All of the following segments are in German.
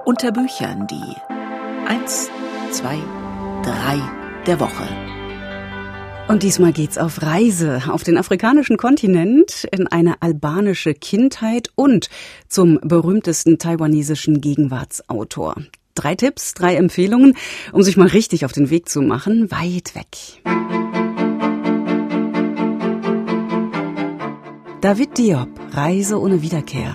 Unter Büchern die 1, 2, 3 der Woche. Und diesmal geht's auf Reise auf den afrikanischen Kontinent, in eine albanische Kindheit und zum berühmtesten taiwanesischen Gegenwartsautor. 3 Tipps, 3 Empfehlungen, um sich mal richtig auf den Weg zu machen, weit weg. David Diop, Reise ohne Wiederkehr.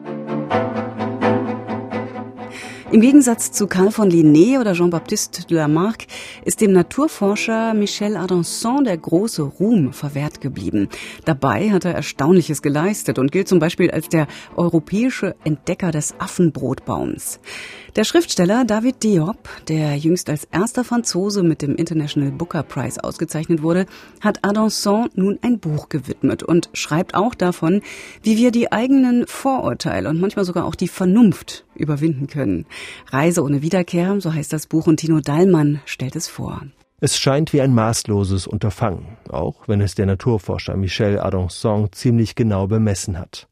Im Gegensatz zu Carl von Linné oder Jean-Baptiste de Lamarck ist dem Naturforscher Michel Ardançon der große Ruhm verwehrt geblieben. Dabei hat er Erstaunliches geleistet und gilt zum Beispiel als der europäische Entdecker des Affenbrotbaums. Der Schriftsteller David Diop, der jüngst als erster Franzose mit dem International Booker Prize ausgezeichnet wurde, hat Ardançon nun ein Buch gewidmet und schreibt auch davon, wie wir die eigenen Vorurteile und manchmal sogar auch die Vernunft überwinden können. Reise ohne Wiederkehr, so heißt das Buch, und Tino Dallmann stellt es vor. Es scheint wie ein maßloses Unterfangen, auch wenn es der Naturforscher Michel Ardançon ziemlich genau bemessen hat.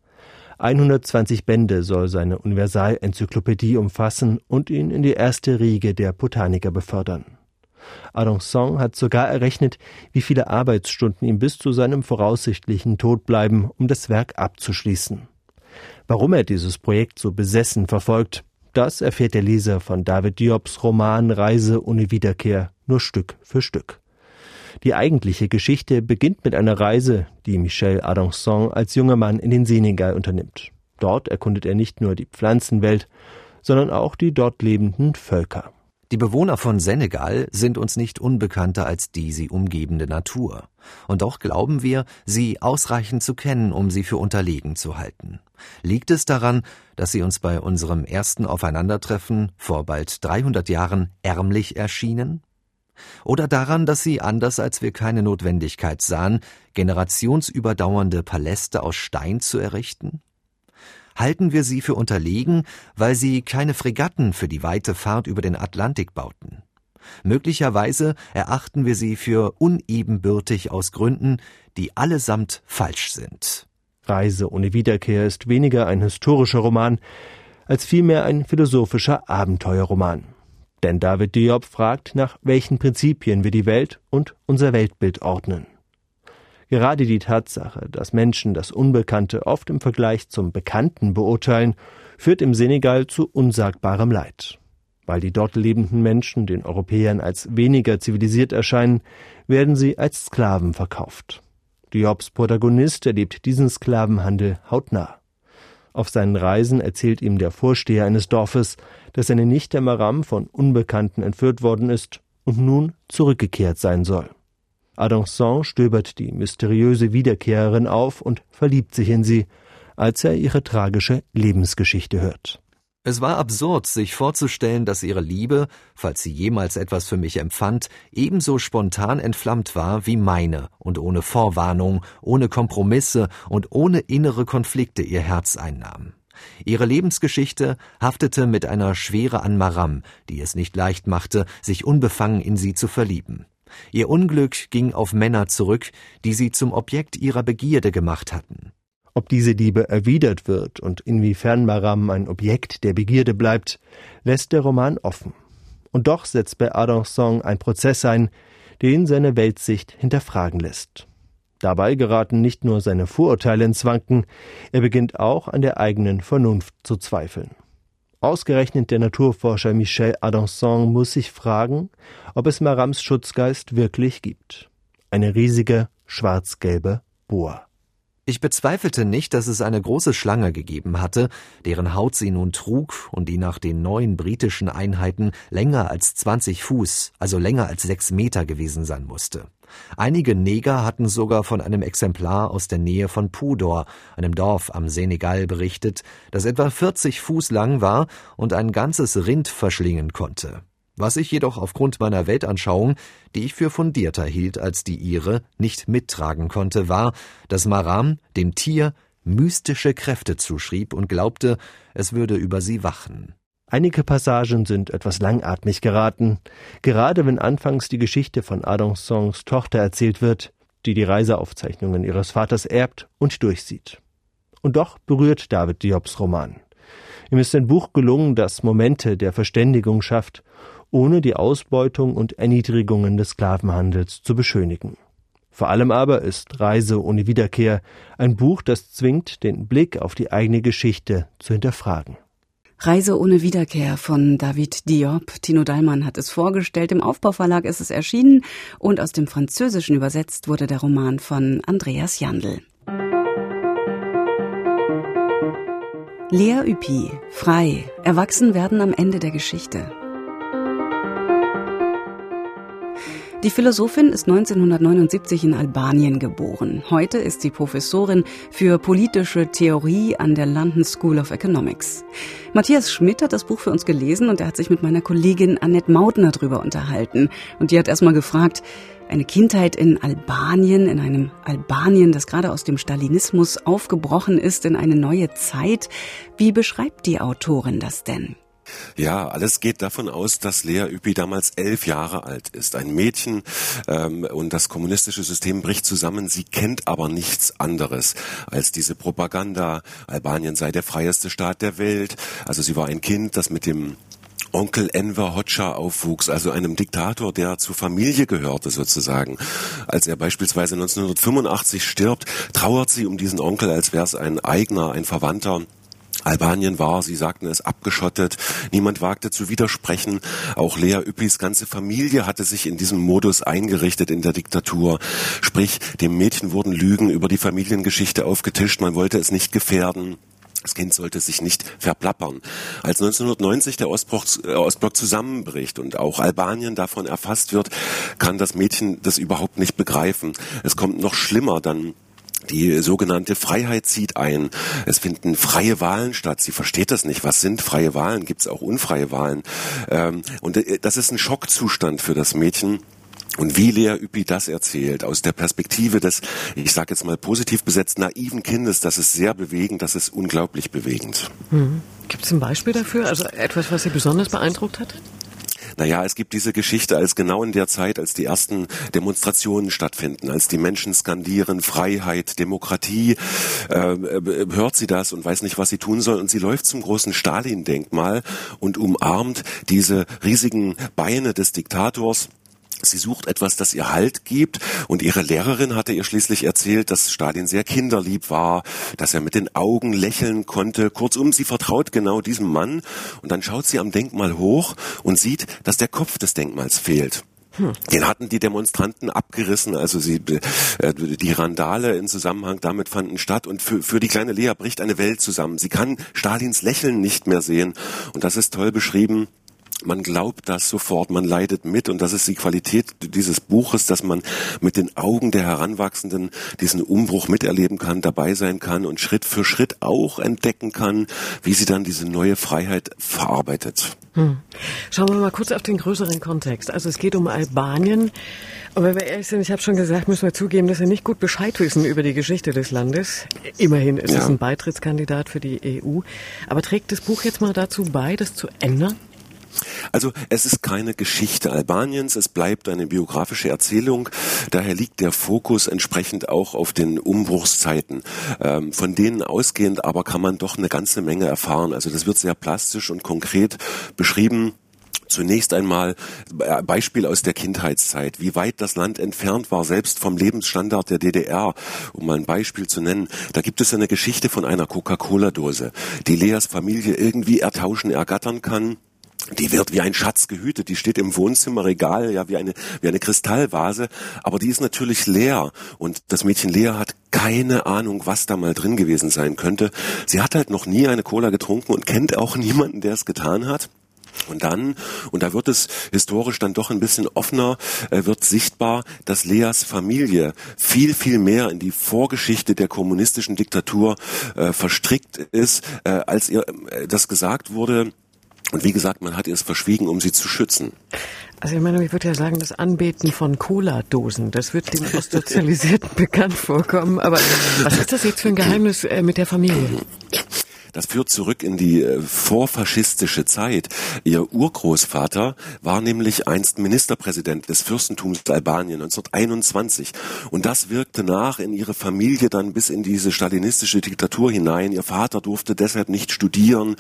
120 Bände soll seine Universalenzyklopädie umfassen und ihn in die erste Riege der Botaniker befördern. Ardançon hat sogar errechnet, wie viele Arbeitsstunden ihm bis zu seinem voraussichtlichen Tod bleiben, um das Werk abzuschließen. Warum er dieses Projekt so besessen verfolgt, das erfährt der Leser von David Diops Roman Reise ohne Wiederkehr nur Stück für Stück. Die eigentliche Geschichte beginnt mit einer Reise, die Michel Ardançon als junger Mann in den Senegal unternimmt. Dort erkundet er nicht nur die Pflanzenwelt, sondern auch die dort lebenden Völker. Die Bewohner von Senegal sind uns nicht unbekannter als die sie umgebende Natur. Und doch glauben wir, sie ausreichend zu kennen, um sie für unterlegen zu halten. Liegt es daran, dass sie uns bei unserem ersten Aufeinandertreffen vor bald 300 Jahren ärmlich erschienen? Oder daran, dass sie, anders als wir keine Notwendigkeit sahen, generationsüberdauernde Paläste aus Stein zu errichten? Halten wir sie für unterlegen, weil sie keine Fregatten für die weite Fahrt über den Atlantik bauten? Möglicherweise erachten wir sie für unebenbürtig aus Gründen, die allesamt falsch sind. Reise ohne Wiederkehr ist weniger ein historischer Roman, als vielmehr ein philosophischer Abenteuerroman. Denn David Diop fragt, nach welchen Prinzipien wir die Welt und unser Weltbild ordnen. Gerade die Tatsache, dass Menschen das Unbekannte oft im Vergleich zum Bekannten beurteilen, führt im Senegal zu unsagbarem Leid. Weil die dort lebenden Menschen den Europäern als weniger zivilisiert erscheinen, werden sie als Sklaven verkauft. Diops Protagonist erlebt diesen Sklavenhandel hautnah. Auf seinen Reisen erzählt ihm der Vorsteher eines Dorfes, dass seine Nichte Maram von Unbekannten entführt worden ist und nun zurückgekehrt sein soll. Ardançon stöbert die mysteriöse Wiederkehrerin auf und verliebt sich in sie, als er ihre tragische Lebensgeschichte hört. Es war absurd, sich vorzustellen, dass ihre Liebe, falls sie jemals etwas für mich empfand, ebenso spontan entflammt war wie meine und ohne Vorwarnung, ohne Kompromisse und ohne innere Konflikte ihr Herz einnahm. Ihre Lebensgeschichte haftete mit einer Schwere an Maram, die es nicht leicht machte, sich unbefangen in sie zu verlieben. Ihr Unglück ging auf Männer zurück, die sie zum Objekt ihrer Begierde gemacht hatten. Ob diese Liebe erwidert wird und inwiefern Maram ein Objekt der Begierde bleibt, lässt der Roman offen. Und doch setzt bei Ardançon ein Prozess ein, den seine Weltsicht hinterfragen lässt. Dabei geraten nicht nur seine Vorurteile ins Wanken, er beginnt auch an der eigenen Vernunft zu zweifeln. Ausgerechnet der Naturforscher Michel Ardançon muss sich fragen, ob es Marams Schutzgeist wirklich gibt. Eine riesige, schwarz-gelbe Boa. Ich bezweifelte nicht, dass es eine große Schlange gegeben hatte, deren Haut sie nun trug und die nach den neuen britischen Einheiten länger als 20 Fuß, also länger als 6 Meter gewesen sein musste. Einige Neger hatten sogar von einem Exemplar aus der Nähe von Pudor, einem Dorf am Senegal, berichtet, das etwa 40 Fuß lang war und ein ganzes Rind verschlingen konnte. Was ich jedoch aufgrund meiner Weltanschauung, die ich für fundierter hielt als die ihre, nicht mittragen konnte, war, dass Maram dem Tier mystische Kräfte zuschrieb und glaubte, es würde über sie wachen. Einige Passagen sind etwas langatmig geraten, gerade wenn anfangs die Geschichte von Ardançons Tochter erzählt wird, die die Reiseaufzeichnungen ihres Vaters erbt und durchsieht. Und doch berührt David Diops Roman. Ihm ist ein Buch gelungen, das Momente der Verständigung schafft, ohne die Ausbeutung und Erniedrigungen des Sklavenhandels zu beschönigen. Vor allem aber ist Reise ohne Wiederkehr ein Buch, das zwingt, den Blick auf die eigene Geschichte zu hinterfragen. Reise ohne Wiederkehr von David Diop. Tino Dallmann hat es vorgestellt. Im Aufbauverlag ist es erschienen und aus dem Französischen übersetzt wurde der Roman von Andreas Jandl. Lea Ypi, frei, erwachsen werden am Ende der Geschichte. Die Philosophin ist 1979 in Albanien geboren. Heute ist sie Professorin für politische Theorie an der London School of Economics. Matthias Schmidt hat das Buch für uns gelesen und er hat sich mit meiner Kollegin Annette Mautner darüber unterhalten. Und die hat erstmal gefragt, eine Kindheit in Albanien, in einem Albanien, das gerade aus dem Stalinismus aufgebrochen ist, in eine neue Zeit. Wie beschreibt die Autorin das denn? Ja, alles geht davon aus, dass Lea Ypi damals 11 Jahre alt ist. Ein Mädchen und das kommunistische System bricht zusammen. Sie kennt aber nichts anderes als diese Propaganda. Albanien sei der freieste Staat der Welt. Also sie war ein Kind, das mit dem Onkel Enver Hoxha aufwuchs, also einem Diktator, der zur Familie gehörte sozusagen. Als er beispielsweise 1985 stirbt, trauert sie um diesen Onkel, als wäre es ein eigener, ein Verwandter. Albanien war, sie sagten es, abgeschottet. Niemand wagte zu widersprechen. Auch Lea Ypis ganze Familie hatte sich in diesem Modus eingerichtet in der Diktatur. Sprich, dem Mädchen wurden Lügen über die Familiengeschichte aufgetischt. Man wollte es nicht gefährden. Das Kind sollte sich nicht verplappern. Als 1990 der Ostblock zusammenbricht und auch Albanien davon erfasst wird, kann das Mädchen das überhaupt nicht begreifen. Es kommt noch schlimmer, dann die sogenannte Freiheit zieht ein. Es finden freie Wahlen statt. Sie versteht das nicht. Was sind freie Wahlen? Gibt es auch unfreie Wahlen? Und das ist ein Schockzustand für das Mädchen. Und wie Lea Ypi das erzählt, aus der Perspektive des, ich sage jetzt mal positiv besetzt, naiven Kindes, das ist sehr bewegend, das ist unglaublich bewegend. Gibt es ein Beispiel dafür? Also etwas, was Sie besonders beeindruckt hat? Naja, es gibt diese Geschichte, als genau in der Zeit, als die ersten Demonstrationen stattfinden, als die Menschen skandieren, Freiheit, Demokratie, hört sie das und weiß nicht, was sie tun soll. Und sie läuft zum großen Stalin-Denkmal und umarmt diese riesigen Beine des Diktators. Sie sucht etwas, das ihr Halt gibt, und ihre Lehrerin hatte ihr schließlich erzählt, dass Stalin sehr kinderlieb war, dass er mit den Augen lächeln konnte. Kurzum, sie vertraut genau diesem Mann, und dann schaut sie am Denkmal hoch und sieht, dass der Kopf des Denkmals fehlt. Den hatten die Demonstranten abgerissen, also die Randale im Zusammenhang damit fanden statt, und für die kleine Lea bricht eine Welt zusammen. Sie kann Stalins Lächeln nicht mehr sehen, und das ist toll beschrieben. Man glaubt das sofort, man leidet mit, und das ist die Qualität dieses Buches, dass man mit den Augen der Heranwachsenden diesen Umbruch miterleben kann, dabei sein kann und Schritt für Schritt auch entdecken kann, wie sie dann diese neue Freiheit verarbeitet. Schauen wir mal kurz auf den größeren Kontext. Also es geht um Albanien. Und wenn wir ehrlich sind, ich habe schon gesagt, müssen wir zugeben, dass wir nicht gut Bescheid wissen über die Geschichte des Landes. Immerhin ist es ein Beitrittskandidat für die EU. Aber trägt das Buch jetzt mal dazu bei, das zu ändern? Also es ist keine Geschichte Albaniens, es bleibt eine biografische Erzählung, daher liegt der Fokus entsprechend auch auf den Umbruchszeiten. Von denen ausgehend aber kann man doch eine ganze Menge erfahren. Also das wird sehr plastisch und konkret beschrieben. Zunächst einmal Beispiel aus der Kindheitszeit, wie weit das Land entfernt war, selbst vom Lebensstandard der DDR, um mal ein Beispiel zu nennen. Da gibt es eine Geschichte von einer Coca-Cola-Dose, die Leas Familie irgendwie ergattern kann. Die wird wie ein Schatz gehütet, die steht im Wohnzimmerregal, ja, wie eine Kristallvase, aber die ist natürlich leer, und das Mädchen Lea hat keine Ahnung, was da mal drin gewesen sein könnte. Sie hat halt noch nie eine Cola getrunken und kennt auch niemanden, der es getan hat. Und da wird es historisch dann doch ein bisschen offener, wird sichtbar, dass Leas Familie viel, viel mehr in die Vorgeschichte der kommunistischen Diktatur verstrickt ist, als ihr das gesagt wurde. Und wie gesagt, man hat ihr es verschwiegen, um sie zu schützen. Also ich meine, ich würde ja sagen, das Anbeten von Cola-Dosen, das wird dem Ostsozialisierten bekannt vorkommen. Aber was ist das jetzt für ein Geheimnis mit der Familie? Das führt zurück in die vorfaschistische Zeit. Ihr Urgroßvater war nämlich einst Ministerpräsident des Fürstentums Albanien 1921. Und das wirkte nach in ihre Familie dann bis in diese stalinistische Diktatur hinein. Ihr Vater durfte deshalb nicht studieren.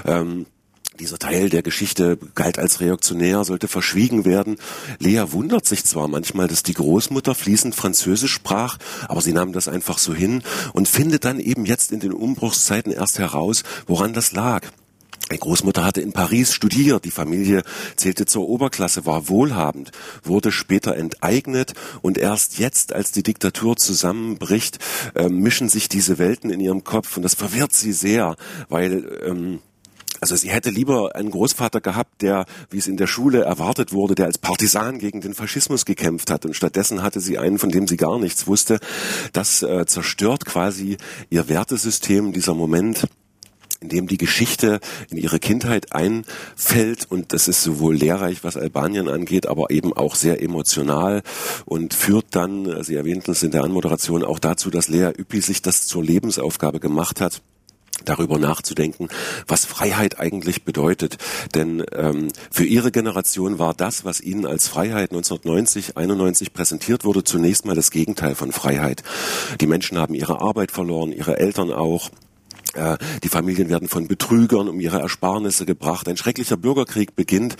Dieser Teil der Geschichte galt als reaktionär, sollte verschwiegen werden. Lea wundert sich zwar manchmal, dass die Großmutter fließend Französisch sprach, aber sie nahm das einfach so hin und findet dann eben jetzt in den Umbruchszeiten erst heraus, woran das lag. Die Großmutter hatte in Paris studiert, die Familie zählte zur Oberklasse, war wohlhabend, wurde später enteignet und erst jetzt, als die Diktatur zusammenbricht, mischen sich diese Welten in ihrem Kopf und das verwirrt sie sehr, weil also sie hätte lieber einen Großvater gehabt, der, wie es in der Schule erwartet wurde, der als Partisan gegen den Faschismus gekämpft hat. Und stattdessen hatte sie einen, von dem sie gar nichts wusste. Das zerstört quasi ihr Wertesystem, dieser Moment, in dem die Geschichte in ihre Kindheit einfällt. Und das ist sowohl lehrreich, was Albanien angeht, aber eben auch sehr emotional und führt dann, Sie erwähnten es in der Anmoderation, auch dazu, dass Lea Ypi sich das zur Lebensaufgabe gemacht hat, darüber nachzudenken, was Freiheit eigentlich bedeutet. Denn für ihre Generation war das, was ihnen als Freiheit 1990, 91 präsentiert wurde, zunächst mal das Gegenteil von Freiheit. Die Menschen haben ihre Arbeit verloren, ihre Eltern auch. Die Familien werden von Betrügern um ihre Ersparnisse gebracht. Ein schrecklicher Bürgerkrieg beginnt.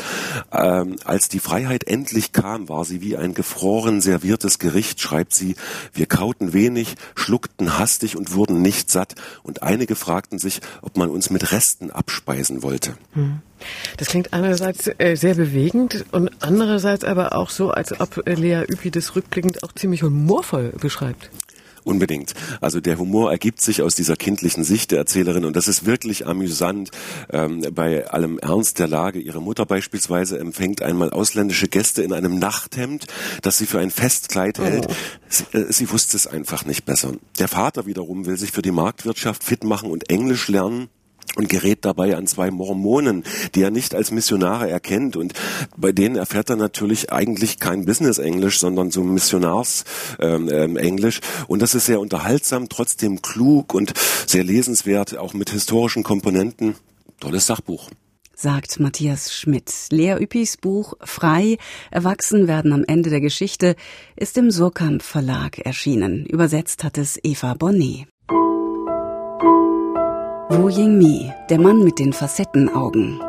Als die Freiheit endlich kam, war sie wie ein gefroren serviertes Gericht, schreibt sie. Wir kauten wenig, schluckten hastig und wurden nicht satt. Und einige fragten sich, ob man uns mit Resten abspeisen wollte. Das klingt einerseits sehr bewegend und andererseits aber auch so, als ob Lea Ypi das rückblickend auch ziemlich humorvoll beschreibt. Unbedingt. Also der Humor ergibt sich aus dieser kindlichen Sicht der Erzählerin und das ist wirklich amüsant. Bei allem Ernst der Lage. Ihre Mutter beispielsweise empfängt einmal ausländische Gäste in einem Nachthemd, das sie für ein Festkleid hält. Sie wusste es einfach nicht besser. Der Vater wiederum will sich für die Marktwirtschaft fit machen und Englisch lernen. Und gerät dabei an zwei Mormonen, die er nicht als Missionare erkennt. Und bei denen erfährt er natürlich eigentlich kein Business-Englisch, sondern so Missionars-Englisch. Und das ist sehr unterhaltsam, trotzdem klug und sehr lesenswert, auch mit historischen Komponenten. Tolles Sachbuch. Sagt Matthias Schmidt. Lea Ypis Buch Frei, Erwachsen werden am Ende der Geschichte ist im Surkamp Verlag erschienen. Übersetzt hat es Eva Bonnet. Woo Ying-mi, der Mann mit den Facettenaugen.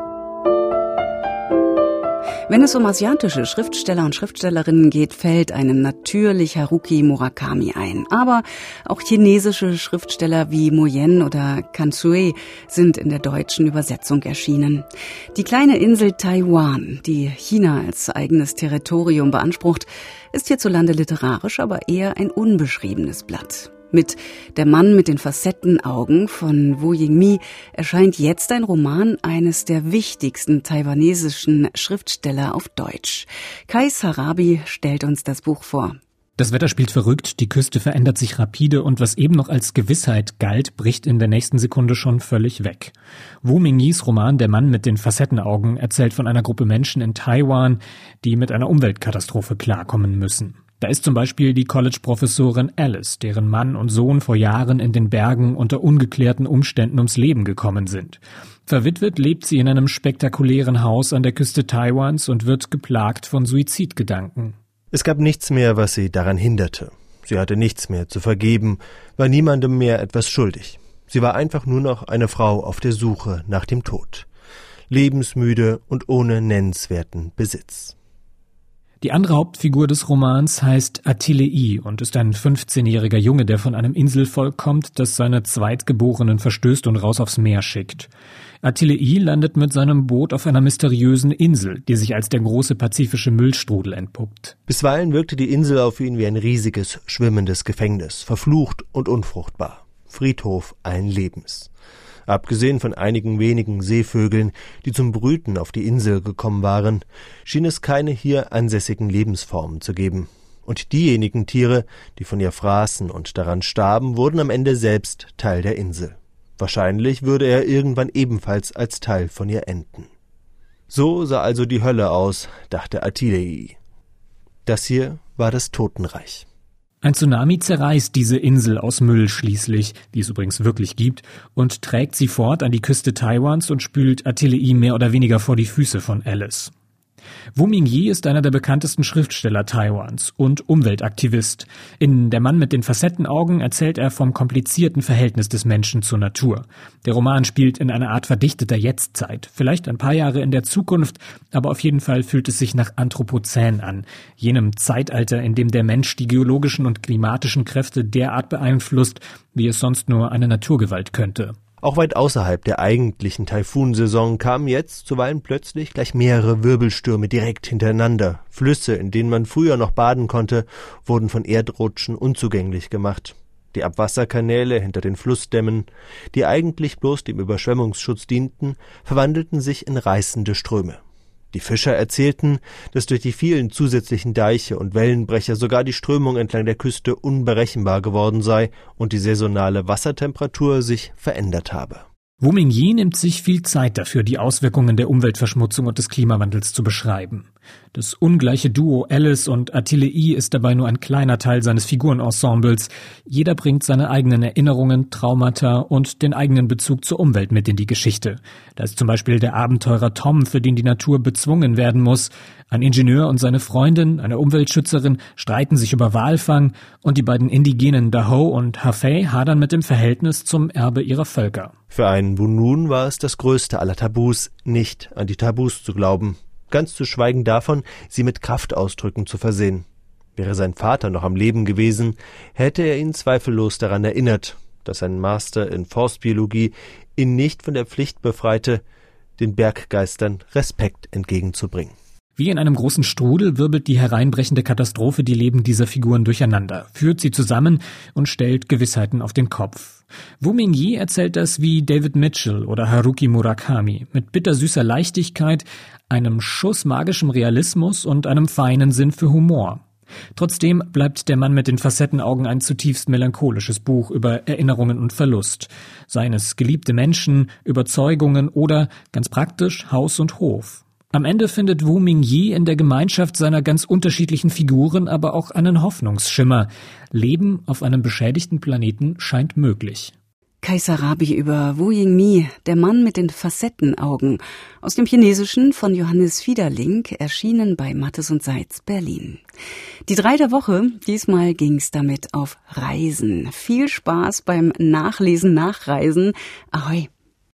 Wenn es um asiatische Schriftsteller und Schriftstellerinnen geht, fällt einem natürlich Haruki Murakami ein. Aber auch chinesische Schriftsteller wie Mo Yen oder Kan Sui sind in der deutschen Übersetzung erschienen. Die kleine Insel Taiwan, die China als eigenes Territorium beansprucht, ist hierzulande literarisch aber eher ein unbeschriebenes Blatt. Mit Der Mann mit den Facettenaugen von Woo Ying-mi erscheint jetzt ein Roman eines der wichtigsten taiwanesischen Schriftsteller auf Deutsch. Kai Sarabi stellt uns das Buch vor. Das Wetter spielt verrückt, die Küste verändert sich rapide und was eben noch als Gewissheit galt, bricht in der nächsten Sekunde schon völlig weg. Woo Ying-mis Roman Der Mann mit den Facettenaugen erzählt von einer Gruppe Menschen in Taiwan, die mit einer Umweltkatastrophe klarkommen müssen. Da ist zum Beispiel die College-Professorin Alice, deren Mann und Sohn vor Jahren in den Bergen unter ungeklärten Umständen ums Leben gekommen sind. Verwitwet lebt sie in einem spektakulären Haus an der Küste Taiwans und wird geplagt von Suizidgedanken. Es gab nichts mehr, was sie daran hinderte. Sie hatte nichts mehr zu vergeben, war niemandem mehr etwas schuldig. Sie war einfach nur noch eine Frau auf der Suche nach dem Tod. Lebensmüde und ohne nennenswerten Besitz. Die andere Hauptfigur des Romans heißt Atilei und ist ein 15-jähriger Junge, der von einem Inselvolk kommt, das seine Zweitgeborenen verstößt und raus aufs Meer schickt. Atilei landet mit seinem Boot auf einer mysteriösen Insel, die sich als der große pazifische Müllstrudel entpuppt. Bisweilen wirkte die Insel auf ihn wie ein riesiges, schwimmendes Gefängnis, verflucht und unfruchtbar. Friedhof allen Lebens. Abgesehen von einigen wenigen Seevögeln, die zum Brüten auf die Insel gekommen waren, schien es keine hier ansässigen Lebensformen zu geben. Und diejenigen Tiere, die von ihr fraßen und daran starben, wurden am Ende selbst Teil der Insel. Wahrscheinlich würde er irgendwann ebenfalls als Teil von ihr enden. So sah also die Hölle aus, dachte Atilei. Das hier war das Totenreich. Ein Tsunami zerreißt diese Insel aus Müll schließlich, die es übrigens wirklich gibt, und trägt sie fort an die Küste Taiwans und spült Atilei mehr oder weniger vor die Füße von Alice. Wu Mingyi ist einer der bekanntesten Schriftsteller Taiwans und Umweltaktivist. In Der Mann mit den Facettenaugen erzählt er vom komplizierten Verhältnis des Menschen zur Natur. Der Roman spielt in einer Art verdichteter Jetztzeit, vielleicht ein paar Jahre in der Zukunft, aber auf jeden Fall fühlt es sich nach Anthropozän an, jenem Zeitalter, in dem der Mensch die geologischen und klimatischen Kräfte derart beeinflusst, wie es sonst nur eine Naturgewalt könnte. Auch weit außerhalb der eigentlichen Taifunsaison kamen jetzt zuweilen plötzlich gleich mehrere Wirbelstürme direkt hintereinander. Flüsse, in denen man früher noch baden konnte, wurden von Erdrutschen unzugänglich gemacht. Die Abwasserkanäle hinter den Flussdämmen, die eigentlich bloß dem Überschwemmungsschutz dienten, verwandelten sich in reißende Ströme. Die Fischer erzählten, dass durch die vielen zusätzlichen Deiche und Wellenbrecher sogar die Strömung entlang der Küste unberechenbar geworden sei und die saisonale Wassertemperatur sich verändert habe. Wu Mingyi nimmt sich viel Zeit dafür, die Auswirkungen der Umweltverschmutzung und des Klimawandels zu beschreiben. Das ungleiche Duo Alice und Atilei ist dabei nur ein kleiner Teil seines Figurenensembles. Jeder bringt seine eigenen Erinnerungen, Traumata und den eigenen Bezug zur Umwelt mit in die Geschichte. Da ist zum Beispiel der Abenteurer Tom, für den die Natur bezwungen werden muss. Ein Ingenieur und seine Freundin, eine Umweltschützerin, streiten sich über Walfang und die beiden Indigenen Daho und Hafei hadern mit dem Verhältnis zum Erbe ihrer Völker. Für einen Bunun war es das größte aller Tabus, nicht an die Tabus zu glauben. Ganz zu schweigen davon, sie mit Kraftausdrücken zu versehen. Wäre sein Vater noch am Leben gewesen, hätte er ihn zweifellos daran erinnert, dass sein Master in Forstbiologie ihn nicht von der Pflicht befreite, den Berggeistern Respekt entgegenzubringen. Wie in einem großen Strudel wirbelt die hereinbrechende Katastrophe die Leben dieser Figuren durcheinander, führt sie zusammen und stellt Gewissheiten auf den Kopf. Wu Mingyi erzählt das wie David Mitchell oder Haruki Murakami, mit bittersüßer Leichtigkeit, einem Schuss magischem Realismus und einem feinen Sinn für Humor. Trotzdem bleibt Der Mann mit den Facettenaugen ein zutiefst melancholisches Buch über Erinnerungen und Verlust. Seien es geliebte Menschen, Überzeugungen oder, ganz praktisch, Haus und Hof. Am Ende findet Wu Mingyi in der Gemeinschaft seiner ganz unterschiedlichen Figuren aber auch einen Hoffnungsschimmer. Leben auf einem beschädigten Planeten scheint möglich. Kaiser Rabi über Wu Yingmi, Der Mann mit den Facettenaugen, aus dem Chinesischen von Johannes Fiederling, erschienen bei Mattes und Seitz, Berlin. Die 3 der Woche, diesmal ging's damit auf Reisen. Viel Spaß beim Nachlesen, Nachreisen. Ahoi!